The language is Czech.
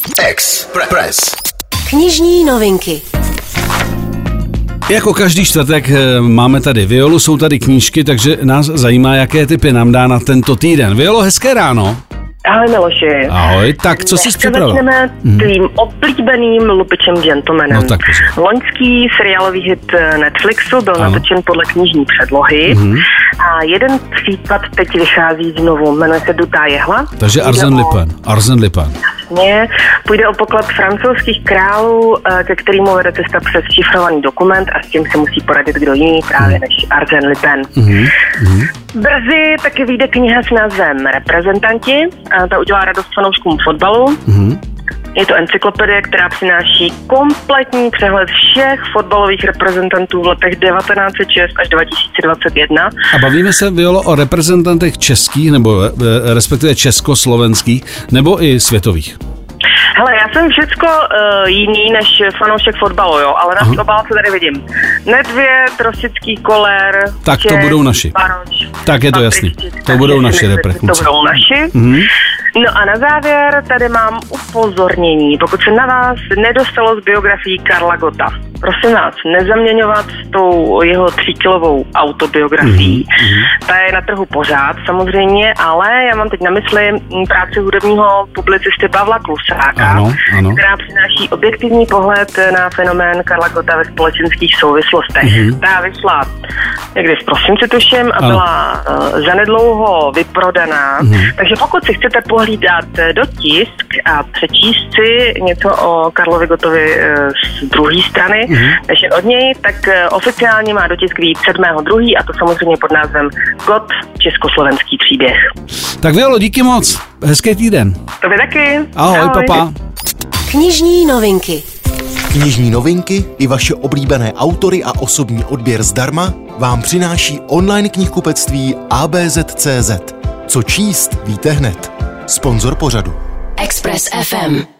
Express. Knižní novinky. Jako každý čtvrtek máme tady Violu, jsou tady knížky, takže nás zajímá, jaké tipy nám dá na tento týden. Violo, hezké ráno. Ahoj Miloši. Ahoj, tak co jsi připravil? Začneme tvým oblíbeným Lupičem Gentlemanem. No tak pozor. Loňský seriálový hit Netflixu byl natočen podle knižní předlohy a jeden případ teď vychází znovu, jmenuje se Dutá jehla. Takže Arsène Lupin. Půjde o poklad francouzských králů, ke kterému vede cesta přes šifrovaný dokument a s tím se musí poradit kdo jiný právě než Arsène Lupin. Brzy taky vyjde kniha s názvem Reprezentanti. Ta udělá radost fanouškům fotbalu. Je to encyklopedie, která přináší kompletní přehled všech fotbalových reprezentantů v letech 1906 až 2021. A bavíme se, Violo, o reprezentantech českých, nebo respektive československých, nebo i světových? Hele, já jsem všecko jiný než fanoušek fotbalu, jo, ale na té obálce tady vidím Nedvěd, Rosický, Koller, tak to budou naši. Baroš, tak je to jasný. To budou naši reprezentace. To budou naši. No a na závěr tady mám upozornění, pokud se na vás nedostalo z biografií Karla Gotta. Prosím vás, nezaměňovat s tou jeho 3kilovou autobiografií. Ta je na trhu pořád samozřejmě, ale já mám teď na mysli práci hudebního publicisty Pavla Klusáka, ano. která přináší objektivní pohled na fenomén Karla Gotta ve společenských souvislostech. Ta vyšla někdy v prosinci tuším a byla zanedlouho vyprodaná. Takže pokud si chcete pohlídat do tisk a přečíst si něco o Karlovi Gottovi z druhé strany, než jen od něj, tak oficiálně má dotisk vyjít 7.2. a to samozřejmě pod názvem Gott, československý příběh. Tak Violo, díky moc. Hezký týden. Tobě taky. Ahoj. Papa. Knižní novinky. Knižní novinky i vaše oblíbené autory a osobní odběr zdarma vám přináší online knihkupectví ABZ.cz. Co číst, víte hned. Sponzor pořadu. Express FM.